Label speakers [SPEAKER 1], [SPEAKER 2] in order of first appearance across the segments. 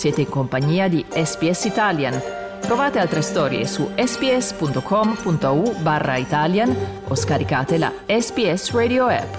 [SPEAKER 1] Siete in compagnia di SBS Italian. Trovate altre storie su sbs.com.au/Italian o scaricate la SBS Radio app.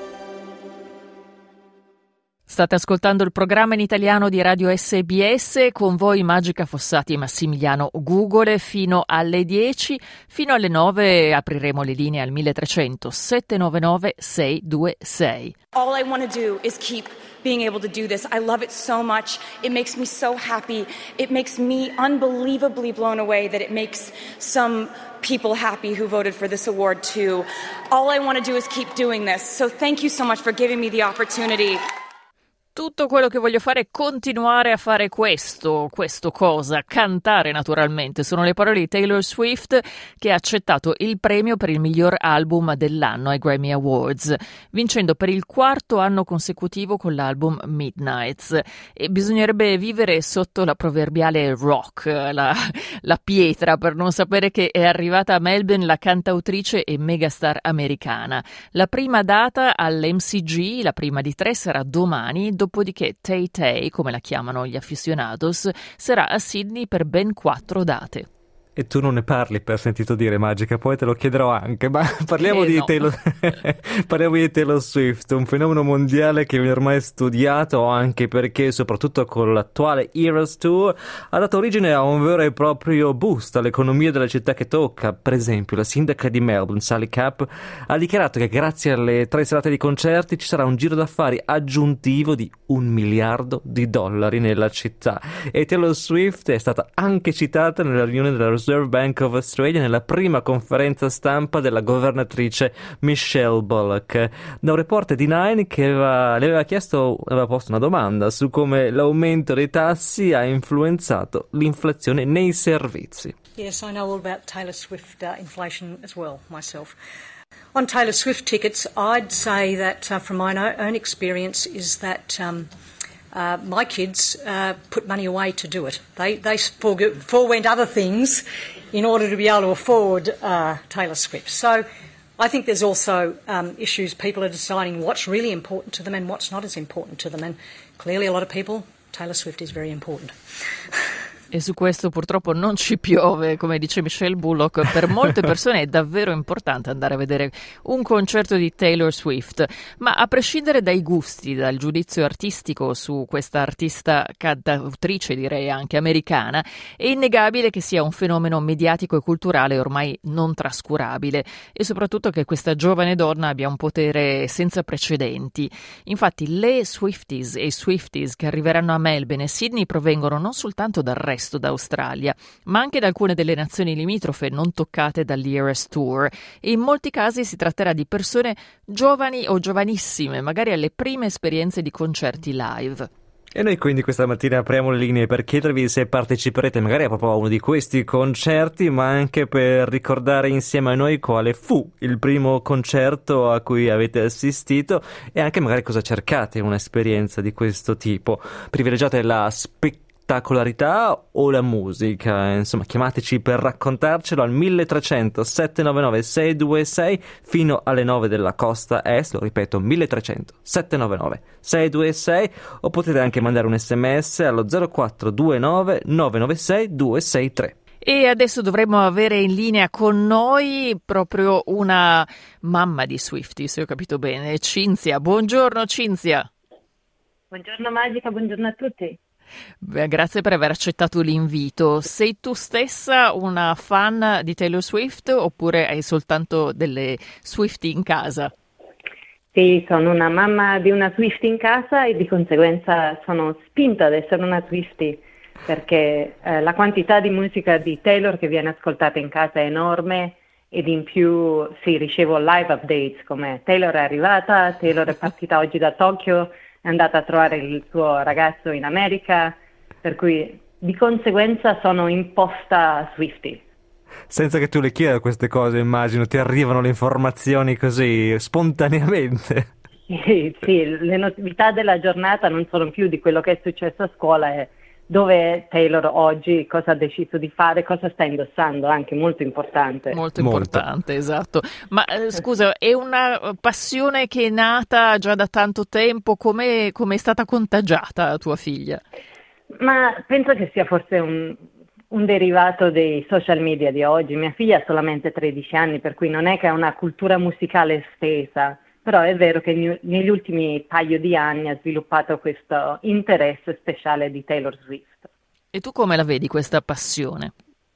[SPEAKER 1] State ascoltando il programma in italiano di Radio SBS, con voi Magica Fossati e Massimiliano Gugole fino alle 10. Fino alle 9 apriremo le linee al 1300 799 626.
[SPEAKER 2] All I want to do is keep being able to do this. I love it so much. It makes me so happy. It makes me unbelievably blown away that it makes some people happy who voted for this award too. All I want to do is keep doing this. So thank you so much for giving me the opportunity.
[SPEAKER 1] Tutto quello che voglio fare è continuare a fare questo cosa, cantare naturalmente. Sono le parole di Taylor Swift, che ha accettato il premio per il miglior album dell'anno ai Grammy Awards, vincendo per il 4º anno consecutivo con l'album Midnights. E bisognerebbe vivere sotto la proverbiale rock, la pietra, per non sapere che è arrivata a Melbourne la cantautrice e megastar americana. La prima data all'MCG, la prima di 3, sarà domani. Dopodiché Tay Tay, come la chiamano gli aficionados, sarà a Sydney per ben 4 date.
[SPEAKER 3] E tu non ne parli per sentito dire, Magica, poi te lo chiederò anche, ma parliamo di Taylor Swift, un fenomeno mondiale che viene ormai studiato, anche perché soprattutto con l'attuale Eras Tour ha dato origine a un vero e proprio boost all'economia della città che tocca. Per esempio la sindaca di Melbourne, Sally Capp, ha dichiarato che grazie alle 3 serate di concerti ci sarà un giro d'affari aggiuntivo di $1 miliardo nella città. E Taylor Swift è stata anche citata nella riunione della Reserve Bank of Australia nella prima conferenza stampa della governatrice Michelle Bullock, da un reporter di Nine che aveva posto una domanda su come l'aumento dei tassi ha influenzato l'inflazione nei servizi.
[SPEAKER 4] Yes, I know all about Taylor Swift inflation as well myself. On Taylor Swift tickets, I'd say that from my own experience is that my kids put money away to do it. They forewent other things in order to be able to afford Taylor Swift. So I think there's also issues. People are deciding what's really important to them and what's not as important to them. And clearly a lot of people, Taylor Swift is very important.
[SPEAKER 1] E su questo purtroppo non ci piove, come dice Michelle Bullock. Per molte persone è davvero importante andare a vedere un concerto di Taylor Swift, ma a prescindere dai gusti, dal giudizio artistico su questa artista cantautrice, direi anche americana, è innegabile che sia un fenomeno mediatico e culturale ormai non trascurabile, e soprattutto che questa giovane donna abbia un potere senza precedenti. Infatti le Swifties e Swifties che arriveranno a Melbourne e Sydney provengono non soltanto dal resto d'Australia, ma anche da alcune delle nazioni limitrofe non toccate dall'Eras Tour, e in molti casi si tratterà di persone giovani o giovanissime, magari alle prime esperienze di concerti live.
[SPEAKER 3] E noi quindi questa mattina apriamo le linee per chiedervi se parteciperete magari proprio a uno di questi concerti, ma anche per ricordare insieme a noi quale fu il primo concerto a cui avete assistito e anche magari cosa cercate in un'esperienza di questo tipo. Privilegiate la spettacolarità o la musica? Insomma, chiamateci per raccontarcelo al 1300 799 626 fino alle 9 della costa est, lo ripeto, 1300 799 626, o potete anche mandare un sms allo 0429 996 263.
[SPEAKER 1] E adesso dovremmo avere in linea con noi proprio una mamma di Swiftie, se ho capito bene, Cinzia. Buongiorno Cinzia.
[SPEAKER 5] Buongiorno Magica, buongiorno a tutti.
[SPEAKER 1] Beh, grazie per aver accettato l'invito. Sei tu stessa una fan di Taylor Swift oppure hai soltanto delle Swiftie in casa?
[SPEAKER 5] Sì, sono una mamma di una Swiftie in casa e di conseguenza sono spinta ad essere una Swiftie perché la quantità di musica di Taylor che viene ascoltata in casa è enorme, ed in più ricevo live updates come Taylor è arrivata, Taylor è partita oggi da Tokyo, è andata a trovare il suo ragazzo in America, per cui di conseguenza sono imposta Swiftie.
[SPEAKER 3] Senza che tu le chieda queste cose, immagino, ti arrivano le informazioni così spontaneamente.
[SPEAKER 5] Sì, le novità della giornata non sono più di quello che è successo a scuola, è dove è Taylor oggi, cosa ha deciso di fare, cosa sta indossando, anche molto importante.
[SPEAKER 1] Molto importante, esatto. Ma scusa, è una passione che è nata già da tanto tempo, come è stata contagiata tua figlia?
[SPEAKER 5] Ma penso che sia forse un derivato dei social media di oggi. Mia figlia ha solamente 13 anni, per cui non è che ha una cultura musicale estesa, però è vero che negli ultimi paio di anni ha sviluppato questo interesse speciale di Taylor Swift.
[SPEAKER 1] E tu come la vedi questa passione?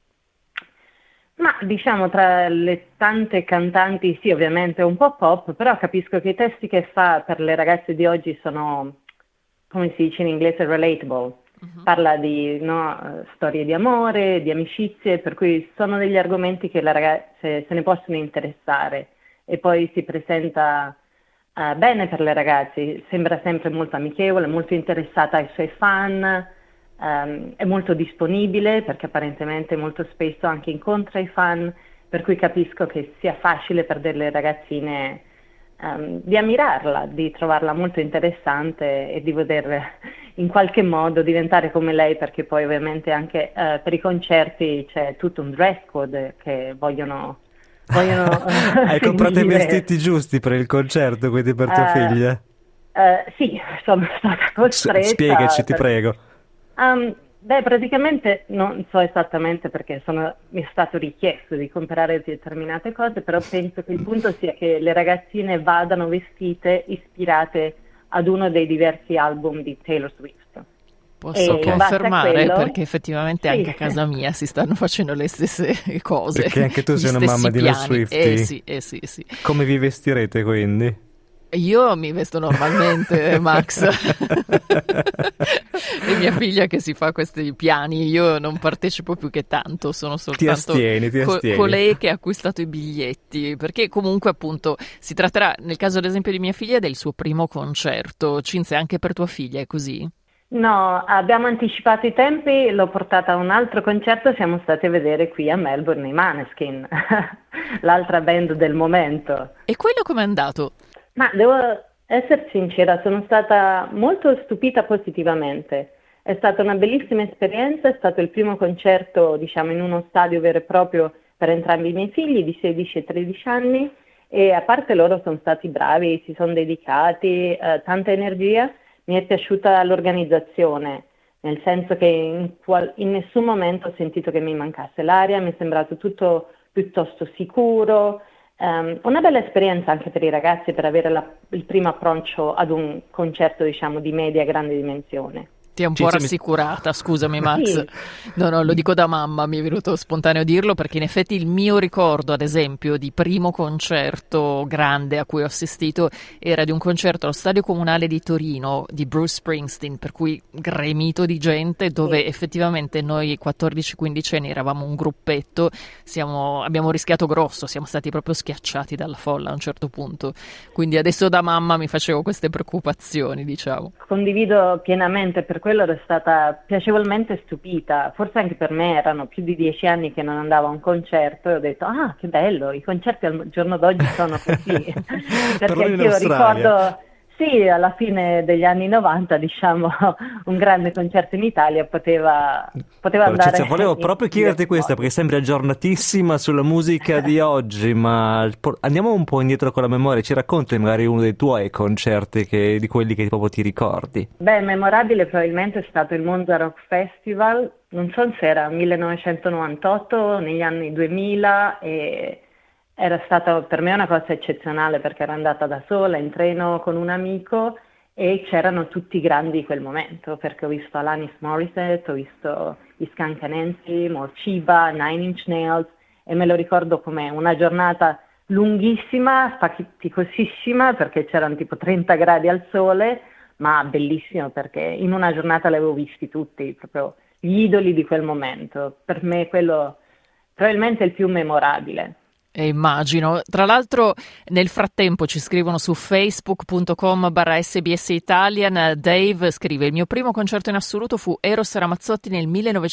[SPEAKER 5] Ma diciamo tra le tante cantanti, sì, ovviamente un po' pop, però capisco che i testi che fa per le ragazze di oggi sono, come si dice in inglese, relatable. Parla di storie di amore, di amicizie, per cui sono degli argomenti che le ragazze se ne possono interessare, e poi si presenta bene per le ragazze, sembra sempre molto amichevole, molto interessata ai suoi fan, è molto disponibile perché apparentemente molto spesso anche incontra i fan, per cui capisco che sia facile per delle ragazzine di ammirarla, di trovarla molto interessante e di voler in qualche modo diventare come lei, perché poi ovviamente anche per i concerti c'è tutto un dress code che vogliono
[SPEAKER 3] Hai comprato i vestiti giusti per il concerto, quindi per tua figlia?
[SPEAKER 5] Sì, sono stata costretta.
[SPEAKER 3] Spiegaci, ti prego.
[SPEAKER 5] Praticamente non so esattamente perché mi è stato richiesto di comprare determinate cose, però penso che il punto sia che le ragazzine vadano vestite ispirate ad uno dei diversi album di Taylor Swift.
[SPEAKER 1] Posso confermare,
[SPEAKER 5] quello,
[SPEAKER 1] perché effettivamente
[SPEAKER 5] sì,
[SPEAKER 1] anche a casa mia si stanno facendo le stesse cose.
[SPEAKER 3] Perché anche tu sei una mamma di una Swiftie.
[SPEAKER 1] Sì.
[SPEAKER 3] Come vi vestirete quindi?
[SPEAKER 1] Io mi vesto normalmente, Max. E mia figlia che si fa questi piani. Io non partecipo più che tanto, sono soltanto
[SPEAKER 3] ti astieni.
[SPEAKER 1] colei che ha acquistato i biglietti, perché comunque appunto si tratterà, nel caso ad esempio di mia figlia, del suo primo concerto. Cinzia, anche per tua figlia è così?
[SPEAKER 5] No, abbiamo anticipato i tempi, l'ho portata a un altro concerto, siamo stati a vedere qui a Melbourne i Maneskin, l'altra band del momento.
[SPEAKER 1] E quello com'è andato?
[SPEAKER 5] Ma devo essere sincera, sono stata molto stupita positivamente. È stata una bellissima esperienza, è stato il primo concerto, diciamo, in uno stadio vero e proprio per entrambi i miei figli di 16 e 13 anni, e a parte loro sono stati bravi, si sono dedicati, tanta energia. Mi è piaciuta l'organizzazione, nel senso che in nessun momento ho sentito che mi mancasse l'aria, mi è sembrato tutto piuttosto sicuro. Una bella esperienza anche per i ragazzi, per avere il primo approccio ad un concerto, diciamo, di media grande dimensione.
[SPEAKER 1] Ti è un po' rassicurata, scusami Max.
[SPEAKER 5] Sì.
[SPEAKER 1] No, lo dico da mamma, mi è venuto spontaneo dirlo, perché in effetti il mio ricordo, ad esempio, di primo concerto grande a cui ho assistito era di un concerto allo Stadio Comunale di Torino di Bruce Springsteen, per cui gremito di gente, dove effettivamente noi 14-15 anni eravamo un gruppetto, abbiamo rischiato grosso, siamo stati proprio schiacciati dalla folla a un certo punto. Quindi adesso da mamma mi facevo queste preoccupazioni, diciamo.
[SPEAKER 5] Condivido pienamente, per quello ero stata piacevolmente stupita, forse anche per me erano più di 10 anni che non andavo a un concerto e ho detto che bello, i concerti al giorno d'oggi sono così, perché io ricordo, sì, alla fine degli anni 90, diciamo, un grande concerto in Italia poteva andare.
[SPEAKER 3] Volevo proprio chiederti questa, perché sembri aggiornatissima sulla musica di oggi, ma andiamo un po' indietro con la memoria, ci racconti magari uno dei tuoi concerti, di quelli che proprio ti ricordi?
[SPEAKER 5] Memorabile probabilmente è stato il Monza Rock Festival, non so se era 1998, negli anni 2000, e era stata per me una cosa eccezionale perché ero andata da sola in treno con un amico e c'erano tutti i grandi di quel momento, perché ho visto Alanis Morissette, ho visto gli Skunk Anansi, Morcheeba, Nine Inch Nails, e me lo ricordo come una giornata lunghissima, faticosissima, perché c'erano tipo 30 gradi al sole, ma bellissimo perché in una giornata li avevo visti tutti, proprio gli idoli di quel momento. Per me quello probabilmente è il più memorabile.
[SPEAKER 1] Immagino. Tra l'altro nel frattempo ci scrivono su facebook.com/SBS Italian. Dave scrive: il mio primo concerto in assoluto fu Eros Ramazzotti nel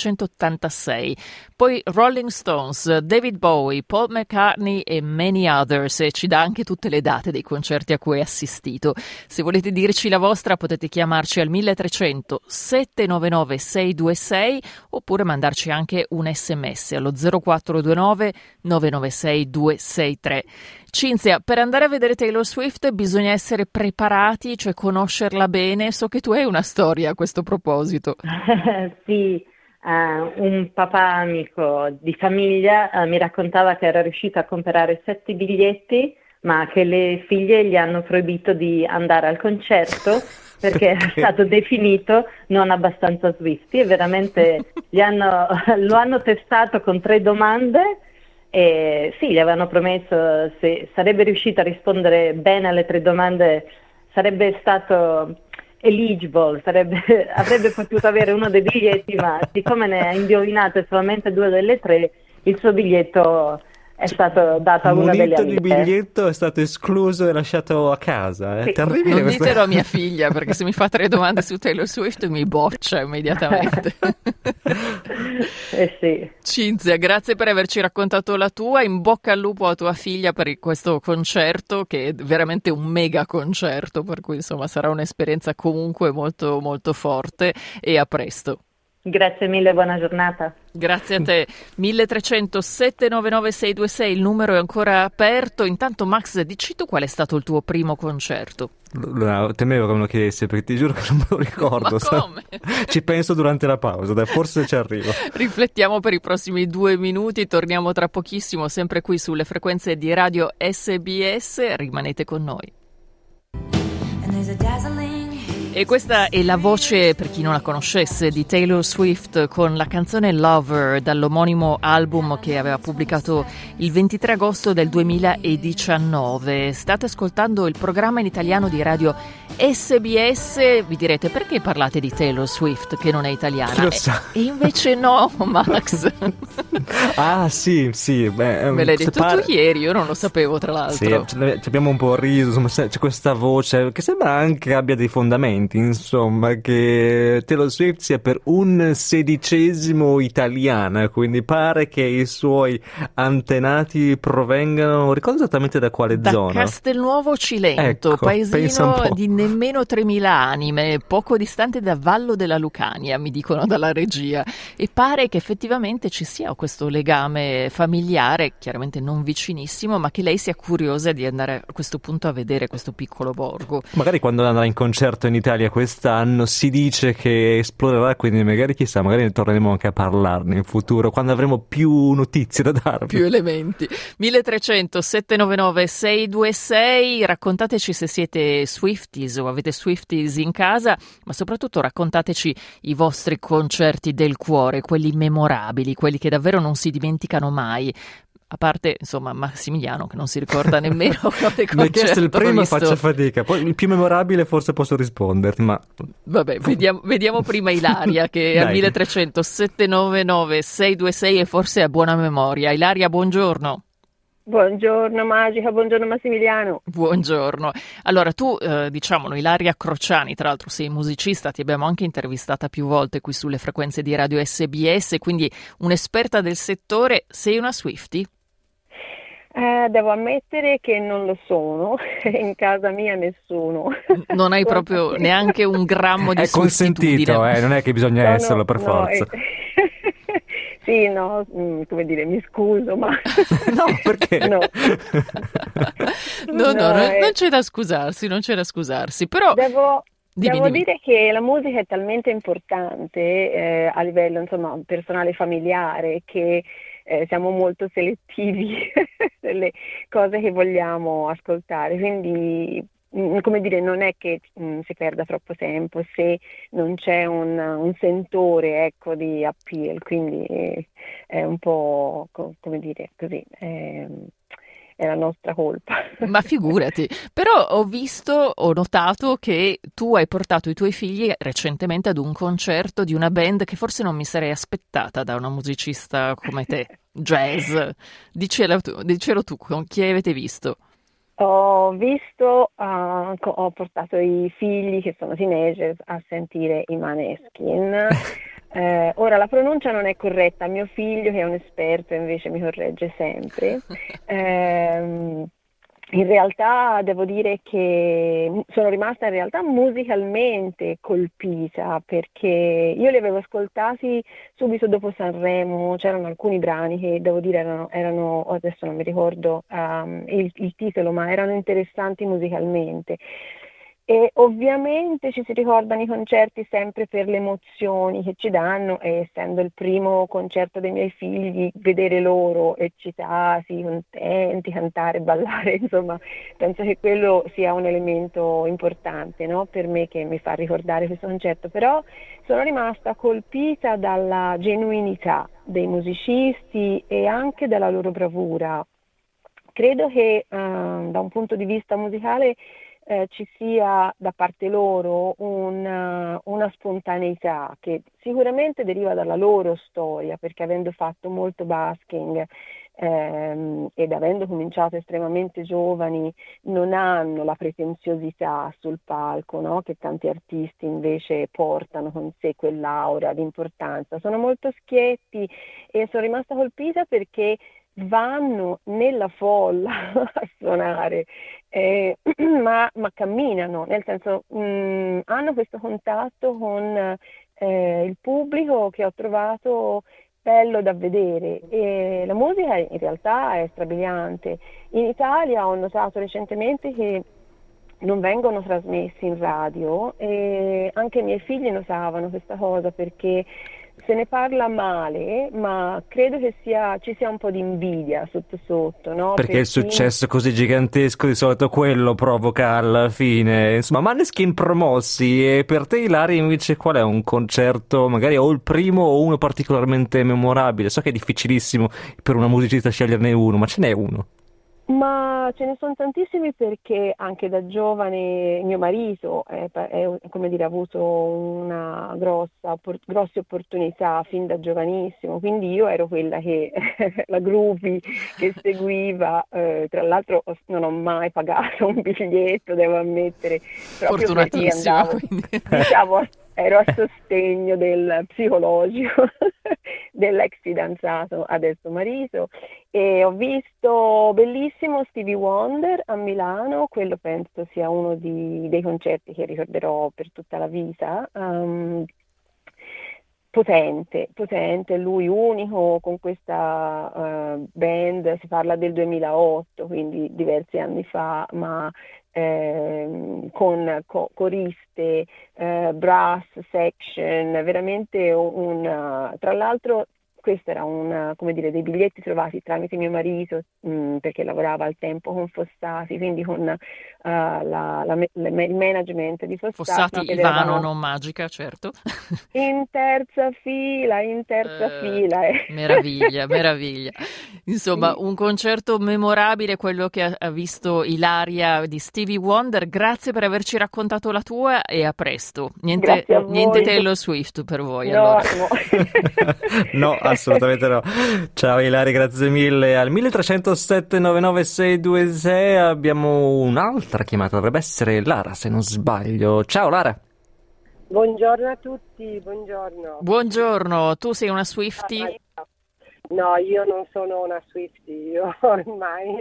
[SPEAKER 1] 1986, poi Rolling Stones, David Bowie, Paul McCartney e many others, e ci dà anche tutte le date dei concerti a cui è assistito. Se volete dirci la vostra potete chiamarci al 1300 799 626 oppure mandarci anche un sms allo 0429 996 6263. Cinzia, per andare a vedere Taylor Swift bisogna essere preparati, cioè conoscerla bene. So che tu hai una storia a questo proposito.
[SPEAKER 5] Sì, un papà amico di famiglia mi raccontava che era riuscito a comprare 7 biglietti, ma che le figlie gli hanno proibito di andare al concerto perché era stato definito non abbastanza Swiftie, e veramente lo hanno testato con 3 domande. E sì, gli avevano promesso se sarebbe riuscito a rispondere bene alle 3 domande sarebbe stato eligible, avrebbe potuto avere uno dei biglietti, ma siccome ne ha indovinate solamente 2 delle 3, il suo biglietto è stato dato a una delle
[SPEAKER 3] munito
[SPEAKER 5] amiche.
[SPEAKER 3] di biglietto, è stato escluso e lasciato a casa. È
[SPEAKER 5] Sì.
[SPEAKER 3] terribile
[SPEAKER 1] Non
[SPEAKER 3] questa...
[SPEAKER 1] ditelo a mia figlia, perché se mi fa 3 domande su Taylor Swift mi boccia immediatamente.
[SPEAKER 5] Sì.
[SPEAKER 1] Cinzia, grazie per averci raccontato la tua. In bocca al lupo a tua figlia per questo concerto, che è veramente un mega concerto, per cui insomma sarà un'esperienza comunque molto molto forte, e a presto.
[SPEAKER 5] Grazie mille, buona giornata.
[SPEAKER 1] Grazie a te. 1300 799 626, il numero è ancora aperto. Intanto Max, dici tu qual è stato il tuo primo concerto?
[SPEAKER 3] No, temevo che me lo chiedessi, perché ti giuro che non me lo ricordo.
[SPEAKER 1] Ma come?
[SPEAKER 3] Ci penso durante la pausa, dai, forse ci arrivo.
[SPEAKER 1] Riflettiamo per i prossimi 2 minuti, torniamo tra pochissimo sempre qui sulle frequenze di Radio SBS, rimanete con noi. E questa è la voce, per chi non la conoscesse, di Taylor Swift con la canzone Lover dall'omonimo album che aveva pubblicato il 23 agosto del 2019. State ascoltando il programma in italiano di Radio SBS. Vi direte, perché parlate di Taylor Swift che non è italiana?
[SPEAKER 3] Chi lo sa?
[SPEAKER 1] E invece no, Max.
[SPEAKER 3] Ah sì, beh,
[SPEAKER 1] Me l'hai detto tu ieri, io non lo sapevo tra l'altro.
[SPEAKER 3] Sì, ci abbiamo un po' riso, insomma, c'è questa voce che sembra anche abbia dei fondamenti, insomma, che Taylor Swift sia per un 16° italiana, quindi pare che i suoi antenati provengano, ricordo esattamente da quale zona?
[SPEAKER 1] Da Castelnuovo Cilento,
[SPEAKER 3] Ecco, pensa un
[SPEAKER 1] paesino
[SPEAKER 3] po'.
[SPEAKER 1] di nemmeno 3.000 anime, poco distante da Vallo della Lucania, mi dicono dalla regia, e pare che effettivamente ci sia questo legame familiare, chiaramente non vicinissimo, ma che lei sia curiosa di andare a questo punto a vedere questo piccolo borgo.
[SPEAKER 3] Magari quando andrà in concerto in Italia quest'anno si dice che esplorerà, quindi magari chissà, magari ne torneremo anche a parlarne in futuro, quando avremo più notizie da darvi.
[SPEAKER 1] Più elementi. 1300 799 626, raccontateci se siete Swifties o avete Swifties in casa, ma soprattutto raccontateci i vostri concerti del cuore, quelli memorabili, quelli che davvero non si dimenticano mai. A parte, insomma, Massimiliano che non si ricorda nemmeno quale concerto
[SPEAKER 3] Mi hai chiesto il primo
[SPEAKER 1] ho
[SPEAKER 3] e
[SPEAKER 1] visto.
[SPEAKER 3] faccio fatica, poi il più memorabile forse posso risponderti, ma...
[SPEAKER 1] Vabbè, vediamo prima Ilaria che è al
[SPEAKER 3] Dai.
[SPEAKER 1] 1300 799 626 e forse ha buona memoria. Ilaria, buongiorno.
[SPEAKER 6] Buongiorno Magica, buongiorno Massimiliano.
[SPEAKER 1] Buongiorno. Allora tu, diciamolo, Ilaria Crociani, tra l'altro sei musicista, ti abbiamo anche intervistata più volte qui sulle frequenze di Radio SBS, quindi un'esperta del settore. Sei una Swiftie?
[SPEAKER 6] Devo ammettere che non lo sono, in casa mia nessuno.
[SPEAKER 1] Non hai proprio neanche un grammo di
[SPEAKER 3] È consentito,
[SPEAKER 1] swiftitudine.
[SPEAKER 3] non è che bisogna esserlo per forza.
[SPEAKER 6] Sì, no, come dire, mi scuso, ma...
[SPEAKER 3] No, perché?
[SPEAKER 6] No.
[SPEAKER 1] Non c'è da scusarsi, però...
[SPEAKER 6] Devo
[SPEAKER 1] Dimmi.
[SPEAKER 6] dire che la musica è talmente importante a livello, insomma, personale e familiare, che siamo molto selettivi delle cose che vogliamo ascoltare, quindi come dire, non è che si perda troppo tempo se non c'è un sentore, ecco, di appeal, quindi è un po' come dire così, è la nostra colpa.
[SPEAKER 1] Ma figurati, però ho notato che tu hai portato i tuoi figli recentemente ad un concerto di una band che forse non mi sarei aspettata da una musicista come te, jazz. Dicelo tu, con chi avete visto?
[SPEAKER 6] Ho portato i figli che sono teenagers a sentire i Maneskin. Ora la pronuncia non è corretta, mio figlio che è un esperto invece mi corregge sempre. in realtà devo dire che sono rimasta in realtà musicalmente colpita, perché io li avevo ascoltati subito dopo Sanremo. C'erano alcuni brani che devo dire erano adesso non mi ricordo il titolo, ma erano interessanti musicalmente. E ovviamente ci si ricordano i concerti sempre per le emozioni che ci danno, e essendo il primo concerto dei miei figli, vedere loro eccitati, contenti, cantare, ballare, insomma, penso che quello sia un elemento importante, no? Per me, che mi fa ricordare questo concerto. Però sono rimasta colpita dalla genuinità dei musicisti e anche dalla loro bravura. Credo che da un punto di vista musicale ci sia da parte loro una spontaneità che sicuramente deriva dalla loro storia, perché avendo fatto molto busking ed avendo cominciato estremamente giovani, non hanno la pretenziosità sul palco, no? Che tanti artisti invece portano con sé quell'aura di importanza. Sono molto schietti e sono rimasta colpita perché vanno nella folla a suonare, ma camminano, nel senso hanno questo contatto con il pubblico che ho trovato bello da vedere, e la musica in realtà è strabiliante. In Italia ho notato recentemente che non vengono trasmessi in radio, e anche i miei figli notavano questa cosa, perché se ne parla male, ma credo che ci sia un po' di invidia sotto sotto, no?
[SPEAKER 3] Perché il successo così gigantesco di solito quello provoca alla fine. Insomma, Maneskin promossi. E per te, Ilaria, invece, qual è un concerto, magari o il primo o uno particolarmente memorabile? So che è difficilissimo per una musicista sceglierne uno, ma ce n'è uno?
[SPEAKER 6] Ma ce ne sono tantissimi, perché anche da giovane mio marito come dire, ha avuto una grosse opportunità fin da giovanissimo, quindi io ero quella che la groupie che seguiva, tra l'altro non ho mai pagato un biglietto, devo ammettere, proprio perché andavo, diciamo, ero a sostegno del psicologico dell'ex fidanzato, adesso marito, e ho visto bellissimo Stevie Wonder a Milano. Quello penso sia uno dei concerti che ricorderò per tutta la vita. Potente, lui unico con questa band, si parla del 2008, quindi diversi anni fa, ma con coriste, brass section, veramente tra l'altro questo era come dire, dei biglietti trovati tramite mio marito, perché lavorava al tempo con Fossati, quindi con il management di Fossati.
[SPEAKER 1] Ivano, non Magica, certo.
[SPEAKER 6] In terza fila.
[SPEAKER 1] Meraviglia. Insomma, un concerto memorabile, quello che ha visto Ilaria di Stevie Wonder. Grazie per averci raccontato la tua, e a presto. Niente Taylor Swift per voi, allora.
[SPEAKER 3] No, assolutamente no. Ciao Ilaria, grazie mille. Al 1307 99626 abbiamo un'altra chiamata, dovrebbe essere Lara, se non sbaglio. Ciao Lara.
[SPEAKER 7] Buongiorno a tutti, buongiorno.
[SPEAKER 1] Buongiorno, tu sei una Swiftie?
[SPEAKER 7] No, io non sono una Swiftie, io ormai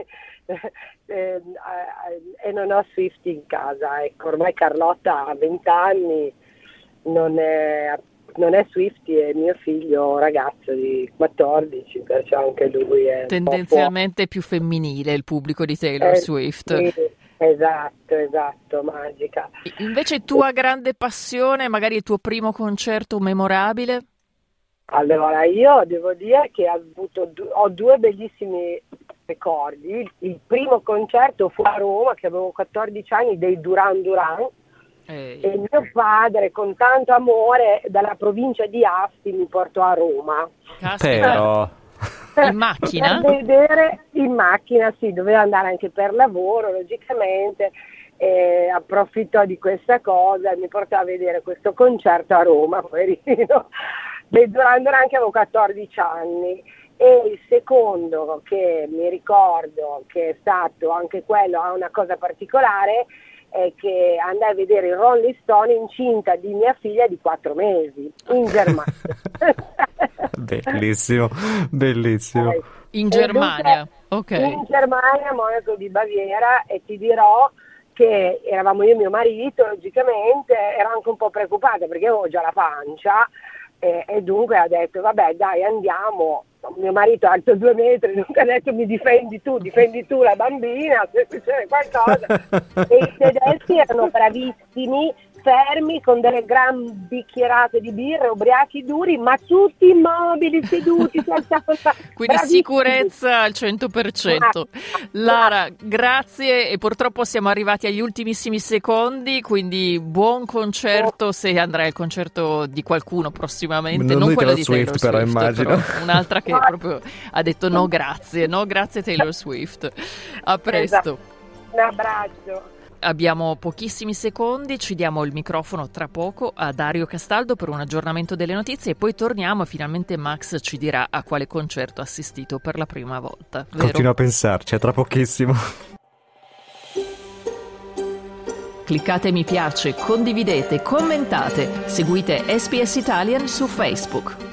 [SPEAKER 7] e non ho Swiftie in casa. Ecco, ormai Carlotta ha 20 anni, non è Swiftie, e mio figlio ragazzo di 14, perciò anche lui è
[SPEAKER 1] tendenzialmente più femminile il pubblico di Taylor Swift.
[SPEAKER 7] Sì, esatto, magica.
[SPEAKER 1] Invece tua grande passione, magari il tuo primo concerto memorabile?
[SPEAKER 7] Allora, io devo dire che ho due bellissimi ricordi. Il primo concerto fu a Roma, che avevo 14 anni, dei Duran Duran. E mio padre, con tanto amore, dalla provincia di Asti mi portò a Roma.
[SPEAKER 3] Però
[SPEAKER 1] in macchina?
[SPEAKER 7] Per vedere in macchina, sì, doveva andare anche per lavoro, logicamente, e approfittò di questa cosa e mi portò a vedere questo concerto a Roma, poverino, dei Duran Duran, che avevo 14 anni. E il secondo, che mi ricordo, che è stato anche quello, ha una cosa particolare, è che andai a vedere i Rolling Stone incinta di mia figlia di 4 mesi in Germania.
[SPEAKER 3] Bellissimo.
[SPEAKER 1] In Germania, ok.
[SPEAKER 7] In Germania, Monaco di Baviera, e ti dirò che eravamo io e mio marito, logicamente, ero anche un po' preoccupata perché avevo già la pancia e dunque ha detto vabbè dai andiamo. Mio marito è alto 2 metri, dunque ha detto mi difendi tu la bambina se succede qualcosa. E i tedeschi erano bravissimi, fermi con delle gran bicchierate di birra, ubriachi duri, ma tutti immobili, seduti, senza
[SPEAKER 1] quindi
[SPEAKER 7] bravissimi.
[SPEAKER 1] Sicurezza al 100%. Lara, grazie, e purtroppo siamo arrivati agli ultimissimi secondi, quindi buon concerto se andrai al concerto di qualcuno prossimamente, non quello di Taylor Swift,
[SPEAKER 3] però immagino.
[SPEAKER 1] però un'altra che proprio ha detto no grazie Taylor Swift. A presto.
[SPEAKER 7] Esatto. Un abbraccio.
[SPEAKER 1] Abbiamo pochissimi secondi, ci diamo il microfono tra poco a Dario Castaldo per un aggiornamento delle notizie e poi torniamo e finalmente Max ci dirà a quale concerto ha assistito per la prima volta. Vero?
[SPEAKER 3] Continuo a pensarci, è tra pochissimo.
[SPEAKER 1] Cliccate mi piace, condividete, commentate, seguite SPS Italian su Facebook.